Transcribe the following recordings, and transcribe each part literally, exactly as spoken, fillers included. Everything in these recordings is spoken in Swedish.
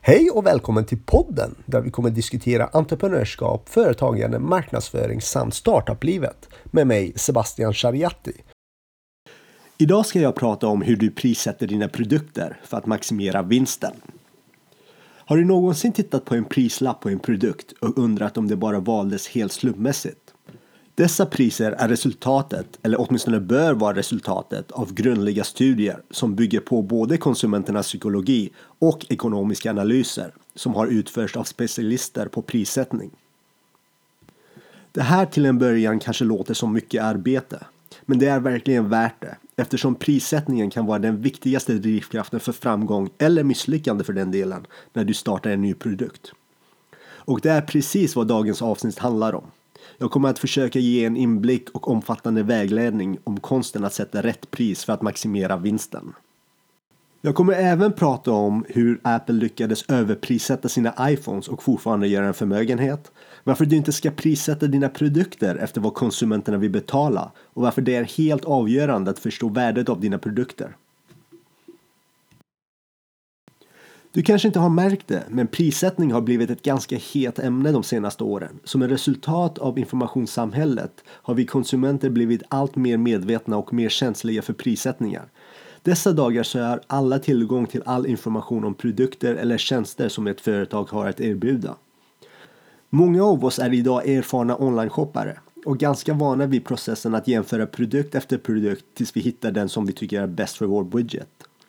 Hej och välkommen till podden där vi kommer diskutera entreprenörskap, företagande, marknadsföring samt startuplivet med mig Sebastian Shariati. Idag ska jag prata om hur du prissätter dina produkter för att maximera vinsten. Har du någonsin tittat på en prislapp på en produkt och undrat om det bara valdes helt slumpmässigt? Dessa priser är resultatet, eller åtminstone bör vara resultatet, av grundliga studier som bygger på både konsumenternas psykologi och ekonomiska analyser som har utförts av specialister på prissättning. Det här till en början kanske låter som mycket arbete, men det är verkligen värt det eftersom prissättningen kan vara den viktigaste drivkraften för framgång eller misslyckande för den delen när du startar en ny produkt. Och det är precis vad dagens avsnitt handlar om. Jag kommer att försöka ge en inblick och omfattande vägledning om konsten att sätta rätt pris för att maximera vinsten. Jag kommer även prata om hur Apple lyckades överprissätta sina iPhones och fortfarande göra en förmögenhet. Varför du inte ska prissätta dina produkter efter vad konsumenterna vill betala och varför det är helt avgörande att förstå värdet av dina produkter. Du kanske inte har märkt det, men prissättning har blivit ett ganska het ämne de senaste åren. Som ett resultat av informationssamhället har vi konsumenter blivit allt mer medvetna och mer känsliga för prissättningar. Dessa dagar så har alla tillgång till all information om produkter eller tjänster som ett företag har att erbjuda. Många av oss är idag erfarna online-shoppare och ganska vana vid processen att jämföra produkt efter produkt tills vi hittar den som vi tycker är bäst för vår budget.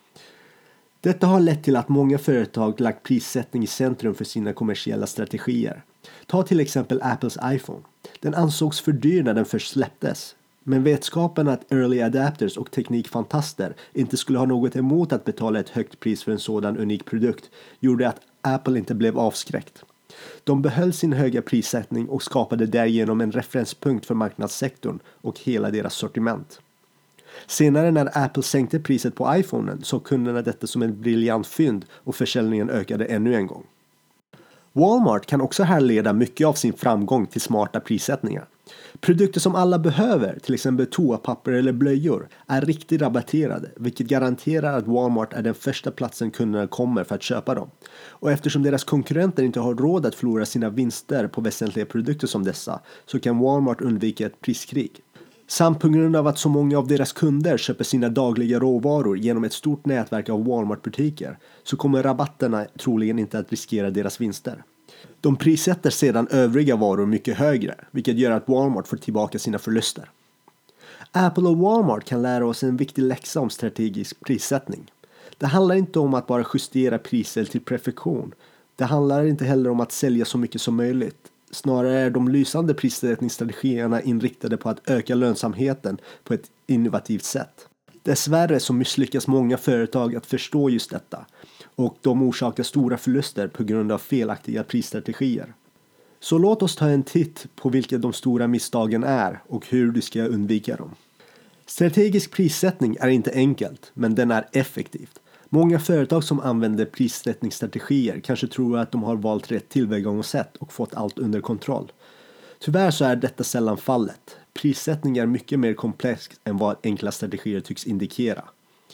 Detta har lett till att många företag lagt prissättning i centrum för sina kommersiella strategier. Ta till exempel Apples iPhone. Den ansågs för dyr när den först släpptes. Men vetskapen att early adapters och teknikfantaster inte skulle ha något emot att betala ett högt pris för en sådan unik produkt gjorde att Apple inte blev avskräckt. De behöll sin höga prissättning och skapade därigenom en referenspunkt för marknadssektorn och hela deras sortiment. Senare när Apple sänkte priset på iPhonen så kunderna detta som en briljant fynd och försäljningen ökade ännu en gång. Walmart kan också härleda mycket av sin framgång till smarta prissättningar. Produkter som alla behöver, till exempel toapapper eller blöjor, är riktigt rabatterade, vilket garanterar att Walmart är den första platsen kunderna kommer för att köpa dem. Och eftersom deras konkurrenter inte har råd att förlora sina vinster på väsentliga produkter som dessa, så kan Walmart undvika ett priskrig. Samt på grund av att så många av deras kunder köper sina dagliga råvaror genom ett stort nätverk av Walmart-butiker så kommer rabatterna troligen inte att riskera deras vinster. De prissätter sedan övriga varor mycket högre, vilket gör att Walmart får tillbaka sina förluster. Apple och Walmart kan lära oss en viktig läxa om strategisk prissättning. Det handlar inte om att bara justera priser till perfektion. Det handlar inte heller om att sälja så mycket som möjligt. Snarare är de lysande prissättningsstrategierna inriktade på att öka lönsamheten på ett innovativt sätt. Dessvärre så misslyckas många företag att förstå just detta och de orsakar stora förluster på grund av felaktiga prisstrategier. Så låt oss ta en titt på vilka de stora misstagen är och hur du ska undvika dem. Strategisk prissättning är inte enkelt, men den är effektivt. Många företag som använder prissättningsstrategier kanske tror att de har valt rätt tillvägagångssätt och fått allt under kontroll. Tyvärr så är detta sällan fallet. Prissättning är mycket mer komplex än vad enkla strategier tycks indikera.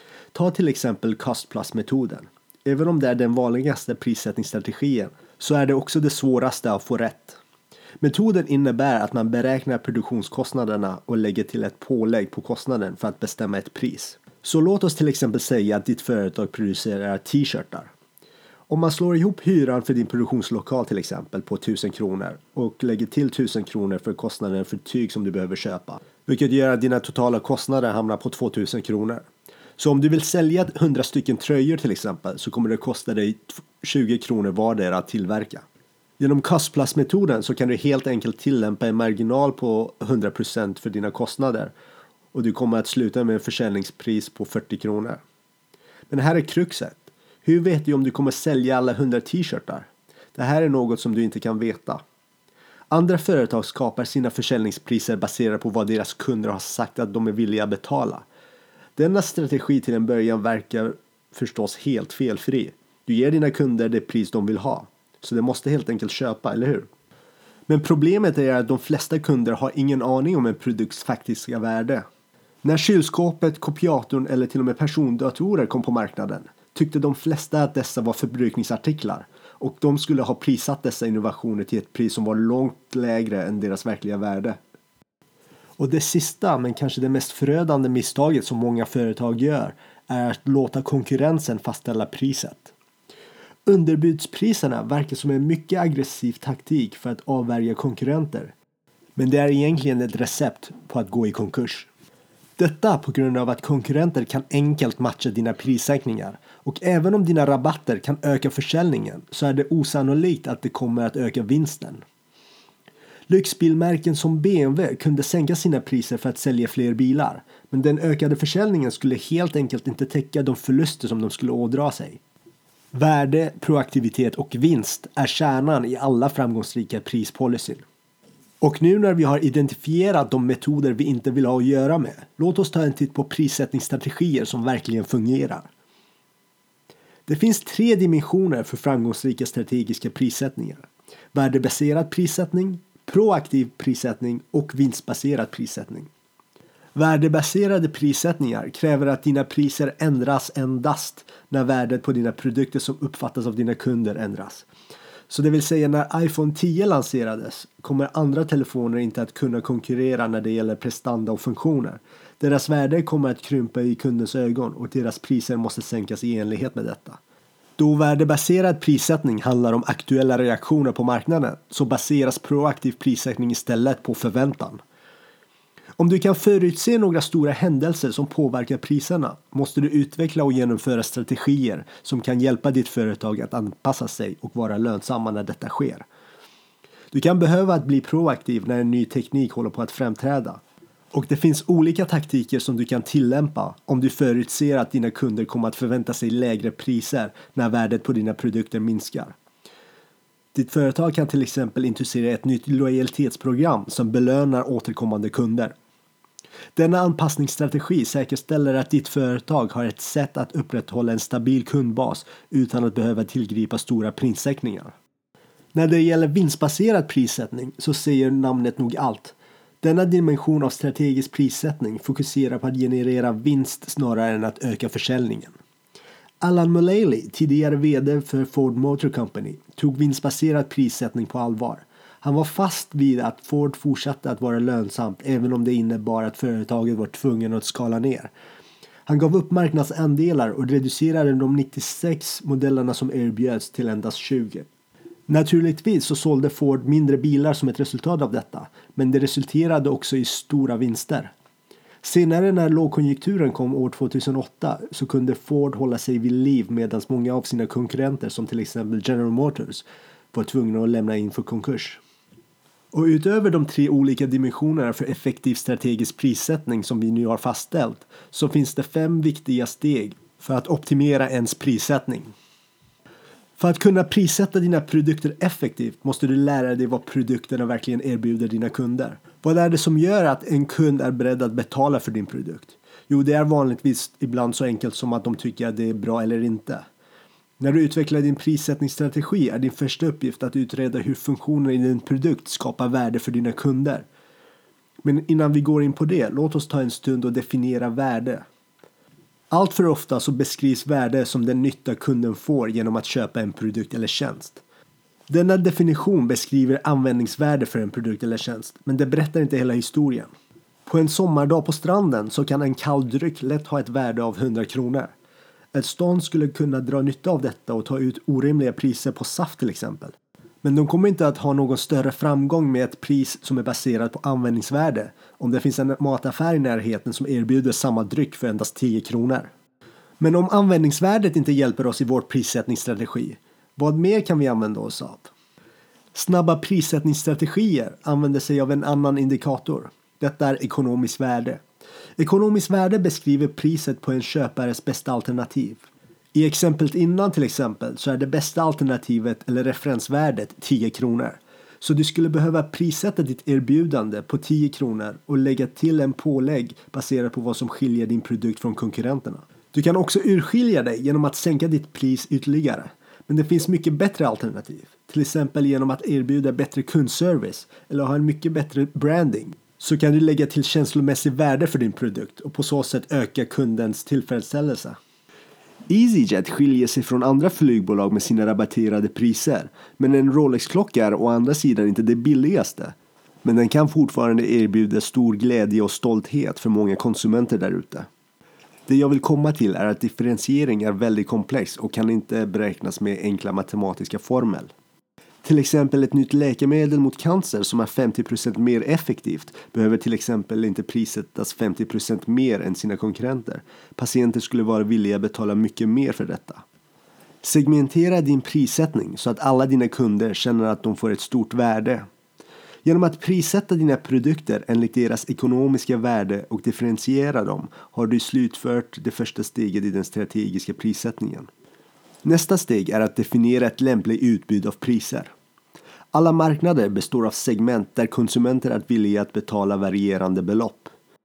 Ta till exempel cost-plus-metoden. Även om det är den vanligaste prissättningsstrategin så är det också det svåraste att få rätt. Metoden innebär att man beräknar produktionskostnaderna och lägger till ett pålägg på kostnaden för att bestämma ett pris. Så låt oss till exempel säga att ditt företag producerar t-shirtar. Om man slår ihop hyran för din produktionslokal till exempel på tusen kronor och lägger till tusen kronor för kostnaden för tyg som du behöver köpa, vilket gör att dina totala kostnader hamnar på tvåtusen kronor. Så om du vill sälja hundra stycken tröjor till exempel så kommer det kosta dig tjugo kronor vardera att tillverka. Genom cost-plus-metoden så kan du helt enkelt tillämpa en marginal på hundra procent för dina kostnader och du kommer att sluta med en försäljningspris på fyrtio kronor. Men det här är kruxet. Hur vet du om du kommer sälja alla hundra t-shirtar? Det här är något som du inte kan veta. Andra företag skapar sina försäljningspriser baserat på vad deras kunder har sagt att de är villiga att betala. Denna strategi till en början verkar förstås helt felfri. Du ger dina kunder det pris de vill ha. Så de måste helt enkelt köpa, eller hur? Men problemet är att de flesta kunder har ingen aning om en produkts faktiska värde. När kylskåpet, kopiatorn eller till och med persondatorer kom på marknaden tyckte de flesta att dessa var förbrukningsartiklar och de skulle ha prissatt dessa innovationer till ett pris som var långt lägre än deras verkliga värde. Och det sista, men kanske det mest förödande misstaget som många företag gör, är att låta konkurrensen fastställa priset. Underbudspriserna verkar som en mycket aggressiv taktik för att avvärja konkurrenter. Men det är egentligen ett recept på att gå i konkurs. Detta på grund av att konkurrenter kan enkelt matcha dina prissänkningar. Och även om dina rabatter kan öka försäljningen så är det osannolikt att det kommer att öka vinsten. Lyxbilmärken som B M W kunde sänka sina priser för att sälja fler bilar. Men den ökade försäljningen skulle helt enkelt inte täcka de förluster som de skulle ådra sig. Värde, proaktivitet och vinst är kärnan i alla framgångsrika prispolicyn. Och nu när vi har identifierat de metoder vi inte vill ha att göra med, låt oss ta en titt på prissättningsstrategier som verkligen fungerar. Det finns tre dimensioner för framgångsrika strategiska prissättningar. Värdebaserad prissättning, proaktiv prissättning och vinstbaserad prissättning. Värdebaserade prissättningar kräver att dina priser ändras endast när värdet på dina produkter som uppfattas av dina kunder ändras. Så det vill säga när iPhone tio lanserades kommer andra telefoner inte att kunna konkurrera när det gäller prestanda och funktioner. Deras värde kommer att krympa i kundens ögon och deras priser måste sänkas i enlighet med detta. Då värdebaserad prissättning handlar om aktuella reaktioner på marknaden så baseras proaktiv prissättning istället på förväntan. Om du kan förutse några stora händelser som påverkar priserna måste du utveckla och genomföra strategier som kan hjälpa ditt företag att anpassa sig och vara lönsamma när detta sker. Du kan behöva att bli proaktiv när en ny teknik håller på att framträda. Och det finns olika taktiker som du kan tillämpa om du förutser att dina kunder kommer att förvänta sig lägre priser när värdet på dina produkter minskar. Ditt företag kan till exempel introducera ett nytt lojalitetsprogram som belönar återkommande kunder. Denna anpassningsstrategi säkerställer att ditt företag har ett sätt att upprätthålla en stabil kundbas utan att behöva tillgripa stora prissänkningar. När det gäller vinstbaserad prissättning så säger namnet nog allt. Denna dimension av strategisk prissättning fokuserar på att generera vinst snarare än att öka försäljningen. Alan Mulally, tidigare vd för Ford Motor Company, tog vinstbaserad prissättning på allvar. Han var fast vid att Ford fortsatte att vara lönsamt även om det innebar att företaget var tvungen att skala ner. Han gav upp marknadsandelar och reducerade de nittiosex modellerna som erbjöds till endast tjugo. Naturligtvis så sålde Ford mindre bilar som ett resultat av detta, men det resulterade också i stora vinster. Senare när lågkonjunkturen kom år tjugohundraåtta så kunde Ford hålla sig vid liv medan många av sina konkurrenter som till exempel General Motors var tvungna att lämna in för konkurs. Och utöver de tre olika dimensionerna för effektiv strategisk prissättning som vi nu har fastställt så finns det fem viktiga steg för att optimera ens prissättning. För att kunna prissätta dina produkter effektivt måste du lära dig vad produkterna verkligen erbjuder dina kunder. Vad är det som gör att en kund är beredd att betala för din produkt? Jo, det är vanligtvis ibland så enkelt som att de tycker att det är bra eller inte. När du utvecklar din prissättningsstrategi är din första uppgift att utreda hur funktionen i din produkt skapar värde för dina kunder. Men innan vi går in på det, låt oss ta en stund och definiera värde. Allt för ofta så beskrivs värde som den nytta kunden får genom att köpa en produkt eller tjänst. Denna definition beskriver användningsvärde för en produkt eller tjänst, men det berättar inte hela historien. På en sommardag på stranden så kan en kall dryck lätt ha ett värde av hundra kronor. Ett stånd skulle kunna dra nytta av detta och ta ut orimliga priser på saft till exempel. Men de kommer inte att ha någon större framgång med ett pris som är baserat på användningsvärde om det finns en mataffär i närheten som erbjuder samma dryck för endast tio kronor. Men om användningsvärdet inte hjälper oss i vår prissättningsstrategi, vad mer kan vi använda oss av? Snabba prissättningsstrategier använder sig av en annan indikator. Detta är ekonomiskt värde. Ekonomiskt värde beskriver priset på en köpares bästa alternativ. I exemplet innan till exempel så är det bästa alternativet eller referensvärdet tio kronor. Så du skulle behöva prissätta ditt erbjudande på tio kronor och lägga till en pålägg baserat på vad som skiljer din produkt från konkurrenterna. Du kan också urskilja dig genom att sänka ditt pris ytterligare. Men det finns mycket bättre alternativ. Till exempel genom att erbjuda bättre kundservice eller ha en mycket bättre branding. Så kan du lägga till känslomässig värde för din produkt och på så sätt öka kundens tillfredsställelse. EasyJet skiljer sig från andra flygbolag med sina rabatterade priser, men en Rolex-klocka är å andra sidan inte det billigaste. Men den kan fortfarande erbjuda stor glädje och stolthet för många konsumenter där ute. Det jag vill komma till är att differentiering är väldigt komplex och kan inte beräknas med enkla matematiska formel. Till exempel ett nytt läkemedel mot cancer som är femtio procent mer effektivt behöver till exempel inte prissättas femtio procent mer än sina konkurrenter. Patienter skulle vara villiga att betala mycket mer för detta. Segmentera din prissättning så att alla dina kunder känner att de får ett stort värde. Genom att prissätta dina produkter enligt deras ekonomiska värde och differentiera dem har du slutfört det första steget i den strategiska prissättningen. Nästa steg är att definiera ett lämpligt utbud av priser. Alla marknader består av segment där konsumenter är villiga att betala varierande belopp.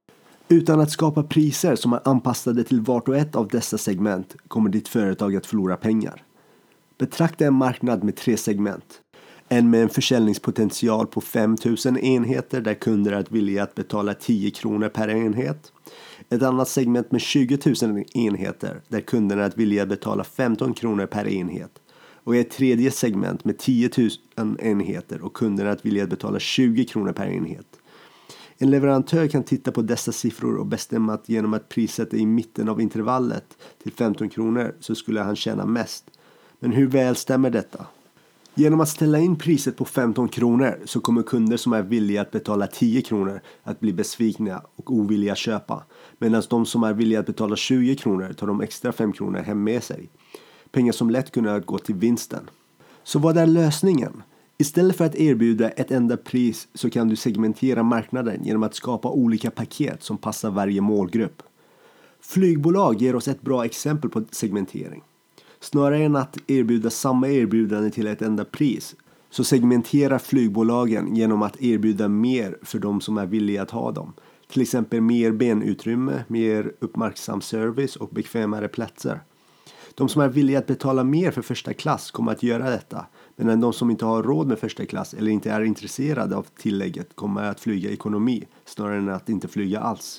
Utan att skapa priser som är anpassade till vart och ett av dessa segment kommer ditt företag att förlora pengar. Betrakta en marknad med tre segment. En med en försäljningspotential på fem tusen enheter där kunder är villiga att betala tio kronor per enhet. Ett annat segment med tjugo tusen enheter där kunderna är villiga att betala femton kronor per enhet. Och ett tredje segment med tio tusen enheter och kunderna är villiga att betala tjugo kronor per enhet. En leverantör kan titta på dessa siffror och bestämma att genom att prissätta i mitten av intervallet till femton kronor så skulle han tjäna mest. Men hur väl stämmer detta? Genom att ställa in priset på femton kronor så kommer kunder som är villiga att betala tio kronor att bli besvikna och ovilliga att köpa. Medan de som är villiga att betala tjugo kronor tar de extra fem kronor hem med sig. Pengar som lätt kunde gå till vinsten. Så vad är lösningen? Istället för att erbjuda ett enda pris så kan du segmentera marknaden genom att skapa olika paket som passar varje målgrupp. Flygbolag ger oss ett bra exempel på segmentering. Snarare än att erbjuda samma erbjudande till ett enda pris så segmenterar flygbolagen genom att erbjuda mer för de som är villiga att ha dem. Till exempel mer benutrymme, mer uppmärksam service och bekvämare platser. De som är villiga att betala mer för första klass kommer att göra detta, medan de som inte har råd med första klass eller inte är intresserade av tillägget kommer att flyga ekonomi snarare än att inte flyga alls.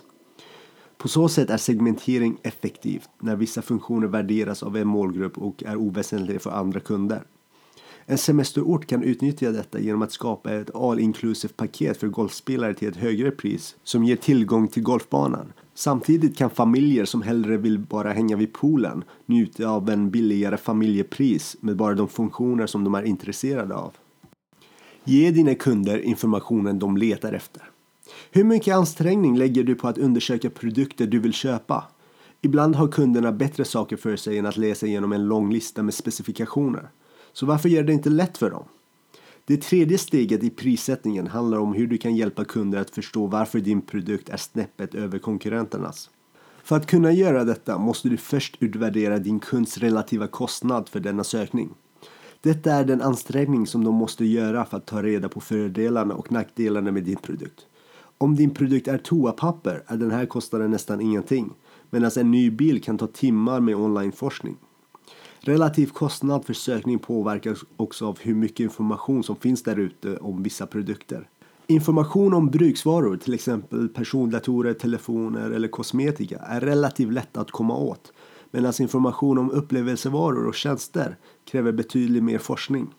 På så sätt är segmentering effektivt när vissa funktioner värderas av en målgrupp och är oväsentliga för andra kunder. En semesterort kan utnyttja detta genom att skapa ett all-inclusive paket för golfspelare till ett högre pris som ger tillgång till golfbanan. Samtidigt kan familjer som hellre vill bara hänga vid poolen njuta av en billigare familjepris med bara de funktioner som de är intresserade av. Ge dina kunder informationen de letar efter. Hur mycket ansträngning lägger du på att undersöka produkter du vill köpa? Ibland har kunderna bättre saker för sig än att läsa igenom en lång lista med specifikationer. Så varför gör det inte lätt för dem? Det tredje steget i prissättningen handlar om hur du kan hjälpa kunder att förstå varför din produkt är snäppet över konkurrenternas. För att kunna göra detta måste du först utvärdera din kunds relativa kostnad för denna sökning. Detta är den ansträngning som de måste göra för att ta reda på fördelarna och nackdelarna med din produkt. Om din produkt är toapapper är den här kostnaden nästan ingenting, medan en ny bil kan ta timmar med onlineforskning. Relativ kostnad för sökning påverkas också av hur mycket information som finns där ute om vissa produkter. Information om bruksvaror, till exempel persondatorer, telefoner eller kosmetika, är relativt lätt att komma åt, medan information om upplevelsevaror och tjänster kräver betydligt mer forskning.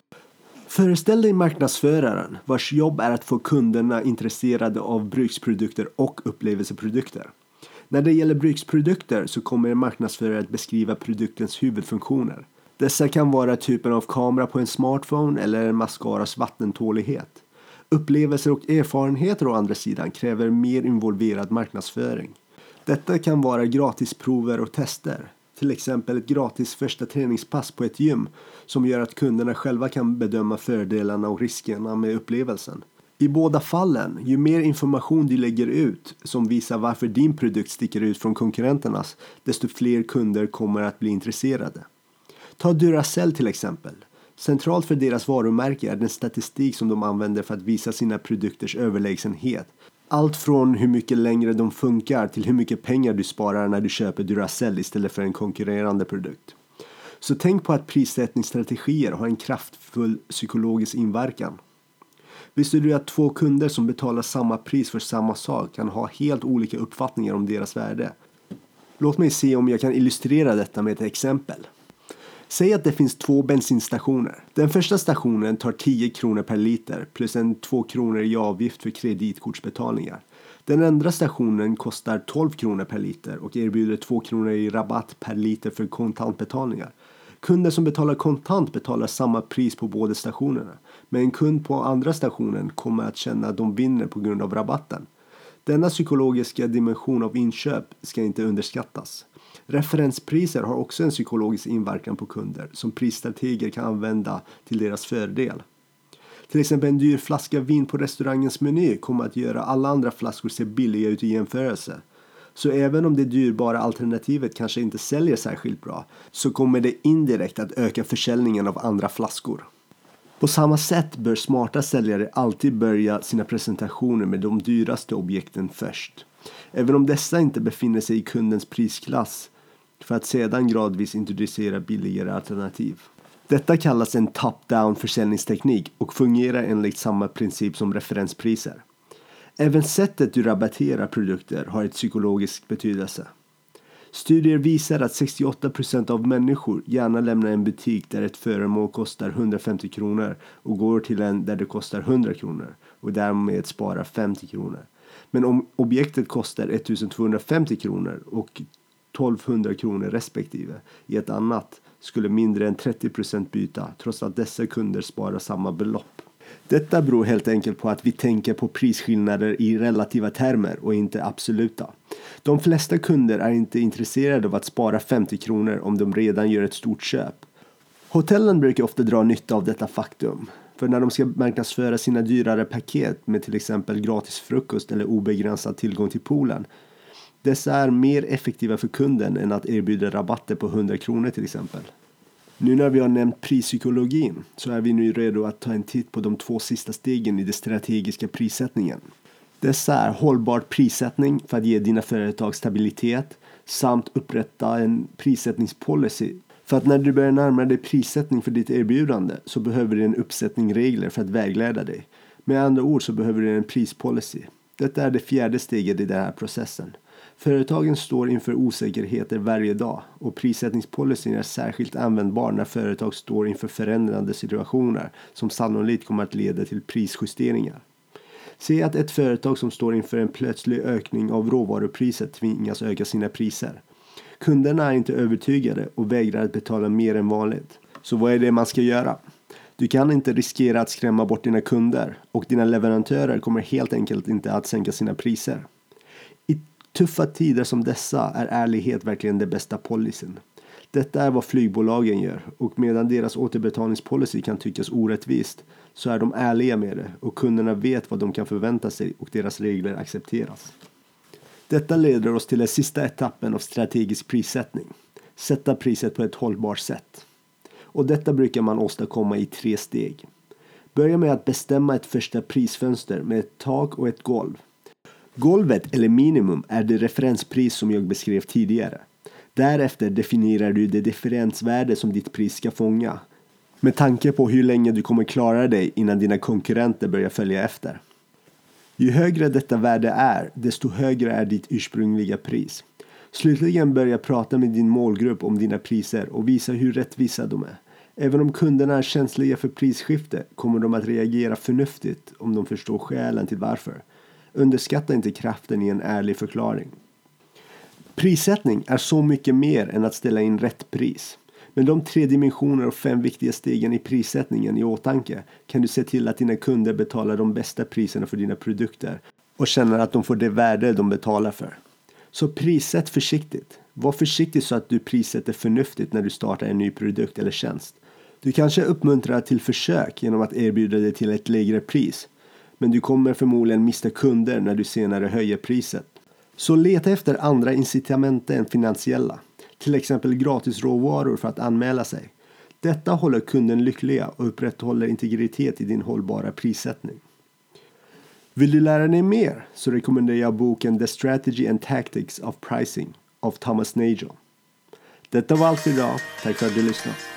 Föreställ dig marknadsföraren vars jobb är att få kunderna intresserade av bruksprodukter och upplevelseprodukter. När det gäller bruksprodukter så kommer en marknadsförare att beskriva produktens huvudfunktioner. Dessa kan vara typen av kamera på en smartphone eller en mascaras vattentålighet. Upplevelser och erfarenheter å andra sidan kräver mer involverad marknadsföring. Detta kan vara gratisprover och tester. Till exempel ett gratis första träningspass på ett gym som gör att kunderna själva kan bedöma fördelarna och riskerna med upplevelsen. I båda fallen, ju mer information du lägger ut som visar varför din produkt sticker ut från konkurrenternas, desto fler kunder kommer att bli intresserade. Ta Duracell till exempel. Centralt för deras varumärke är den statistik som de använder för att visa sina produkters överlägsenhet. Allt från hur mycket längre de funkar till hur mycket pengar du sparar när du köper Duracell istället för en konkurrerande produkt. Så tänk på att prissättningsstrategier har en kraftfull psykologisk inverkan. Visste du att två kunder som betalar samma pris för samma sak kan ha helt olika uppfattningar om deras värde? Låt mig se om jag kan illustrera detta med ett exempel. Säg att det finns två bensinstationer. Den första stationen tar tio kronor per liter plus en två kronor i avgift för kreditkortsbetalningar. Den andra stationen kostar tolv kronor per liter och erbjuder två kronor i rabatt per liter för kontantbetalningar. Kunder som betalar kontant betalar samma pris på båda stationerna. Men en kund på andra stationen kommer att känna att de vinner på grund av rabatten. Denna psykologiska dimension av inköp ska inte underskattas. Referenspriser har också en psykologisk inverkan på kunder som prisstrateger kan använda till deras fördel. Till exempel en dyr flaska vin på restaurangens meny kommer att göra alla andra flaskor se billiga ut i jämförelse. Så även om det dyrbara alternativet kanske inte säljer särskilt bra så kommer det indirekt att öka försäljningen av andra flaskor. På samma sätt bör smarta säljare alltid börja sina presentationer med de dyraste objekten först. Även om dessa inte befinner sig i kundens prisklass för att sedan gradvis introducera billigare alternativ. Detta kallas en top-down försäljningsteknik och fungerar enligt samma princip som referenspriser. Även sättet du rabatterar produkter har ett psykologisk betydelse. Studier visar att sextioåtta procent av människor gärna lämnar en butik där ett föremål kostar hundrafemtio kronor och går till en där det kostar hundra kronor och därmed sparar femtio kronor. Men om objektet kostar ettusentvåhundrafemtio kronor och tolvhundra kronor respektive i ett annat skulle mindre än trettio procent byta trots att dessa kunder sparar samma belopp. Detta beror helt enkelt på att vi tänker på prisskillnader i relativa termer och inte absoluta. De flesta kunder är inte intresserade av att spara femtio kronor om de redan gör ett stort köp. Hotellen brukar ofta dra nytta av detta faktum. För när de ska marknadsföra sina dyrare paket med till exempel gratis frukost eller obegränsad tillgång till poolen. Dessa är mer effektiva för kunden än att erbjuda rabatter på hundra kronor till exempel. Nu när vi har nämnt prispsykologin så är vi nu redo att ta en titt på de två sista stegen i den strategiska prissättningen. Dessa är hållbar prissättning för att ge dina företag stabilitet samt upprätta en prissättningspolicy. För att när du börjar närma dig prissättning för ditt erbjudande så behöver du en uppsättning regler för att vägleda dig. Med andra ord så behöver du en prispolicy. Detta är det fjärde steget i den här processen. Företagen står inför osäkerheter varje dag och prissättningspolicyn är särskilt användbar när företag står inför förändrande situationer som sannolikt kommer att leda till prisjusteringar. Se att ett företag som står inför en plötslig ökning av råvarupriset tvingas öka sina priser. Kunderna är inte övertygade och vägrar att betala mer än vanligt. Så vad är det man ska göra? Du kan inte riskera att skrämma bort dina kunder och dina leverantörer kommer helt enkelt inte att sänka sina priser. I tuffa tider som dessa är ärlighet verkligen det bästa policyn. Detta är vad flygbolagen gör och medan deras återbetalningspolicy kan tyckas orättvist så är de ärliga med det och kunderna vet vad de kan förvänta sig och deras regler accepteras. Detta leder oss till den sista etappen av strategisk prissättning. Sätta priset på ett hållbart sätt. Och detta brukar man åstadkomma i tre steg. Börja med att bestämma ett första prisfönster med ett tak och ett golv. Golvet eller minimum är det referenspris som jag beskrev tidigare. Därefter definierar du det differensvärde som ditt pris ska fånga. Med tanke på hur länge du kommer klara dig innan dina konkurrenter börjar följa efter. Ju högre detta värde är, desto högre är ditt ursprungliga pris. Slutligen börja prata med din målgrupp om dina priser och visa hur rättvisa de är. Även om kunderna är känsliga för prisskifte kommer de att reagera förnuftigt om de förstår skälen till varför. Underskatta inte kraften i en ärlig förklaring. Prissättning är så mycket mer än att ställa in rätt pris. Med de tre dimensioner och fem viktiga stegen i prissättningen i åtanke kan du se till att dina kunder betalar de bästa priserna för dina produkter och känner att de får det värde de betalar för. Så prissätt försiktigt. Var försiktig så att du prissätter förnuftigt när du startar en ny produkt eller tjänst. Du kanske uppmuntrar till försök genom att erbjuda dig till ett lägre pris. Men du kommer förmodligen mista kunder när du senare höjer priset. Så leta efter andra incitament än finansiella. Till exempel gratis råvaror för att anmäla sig. Detta håller kunden lyckliga och upprätthåller integritet i din hållbara prissättning. Vill du lära dig mer så rekommenderar jag boken The Strategy and Tactics of Pricing av Thomas Nagel. Detta var allt för idag. Tack för att du lyssnade.